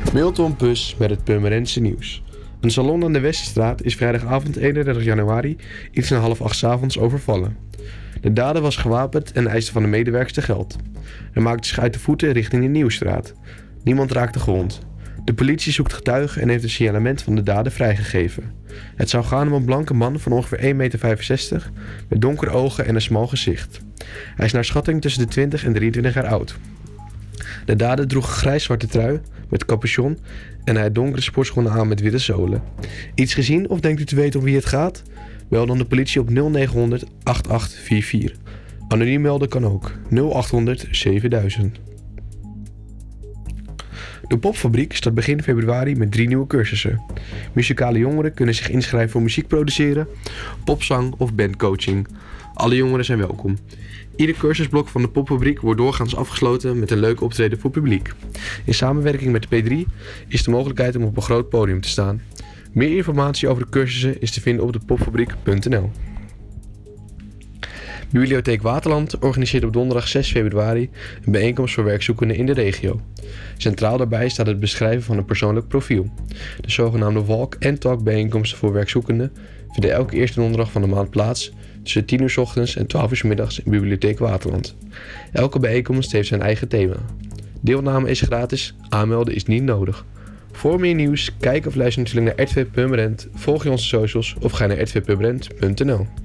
Milton Pus met het Purmerendse nieuws. Een salon aan de Westerstraat is vrijdagavond 31 januari iets na 7:30 s'avonds overvallen. De dader was gewapend en eiste van de medewerkster geld. Hij maakte zich uit de voeten richting de Nieuwstraat. Niemand raakte gewond. De politie zoekt getuigen en heeft een signalement van de dader vrijgegeven. Het zou gaan om een blanke man van ongeveer 1,65 meter met donkere ogen en een smal gezicht. Hij is naar schatting tussen de 20 en 23 jaar oud. De dader droeg een grijs-zwarte trui met capuchon en hij had donkere sportschoenen aan met witte zolen. Iets gezien of denkt u te weten om wie het gaat? Bel dan de politie op 0900 8844. Anoniem melden kan ook 0800 7000. De Popfabriek start begin februari met 3 nieuwe cursussen. Muzikale jongeren kunnen zich inschrijven voor muziek produceren, popzang of bandcoaching. Alle jongeren zijn welkom. Ieder cursusblok van de Popfabriek wordt doorgaans afgesloten met een leuk optreden voor publiek. In samenwerking met de P3 is de mogelijkheid om op een groot podium te staan. Meer informatie over de cursussen is te vinden op depopfabriek.nl. Bibliotheek Waterland organiseert op donderdag 6 februari een bijeenkomst voor werkzoekenden in de regio. Centraal daarbij staat het beschrijven van een persoonlijk profiel. De zogenaamde walk- en talk bijeenkomsten voor werkzoekenden vinden elke eerste donderdag van de maand plaats tussen 10 uur 's ochtends en 12 uur 's middags in Bibliotheek Waterland. Elke bijeenkomst heeft zijn eigen thema. Deelname is gratis, aanmelden is niet nodig. Voor meer nieuws, kijk of luister natuurlijk naar RTV Purmerend, volg je onze socials of ga naar rtvpurmerend.nl.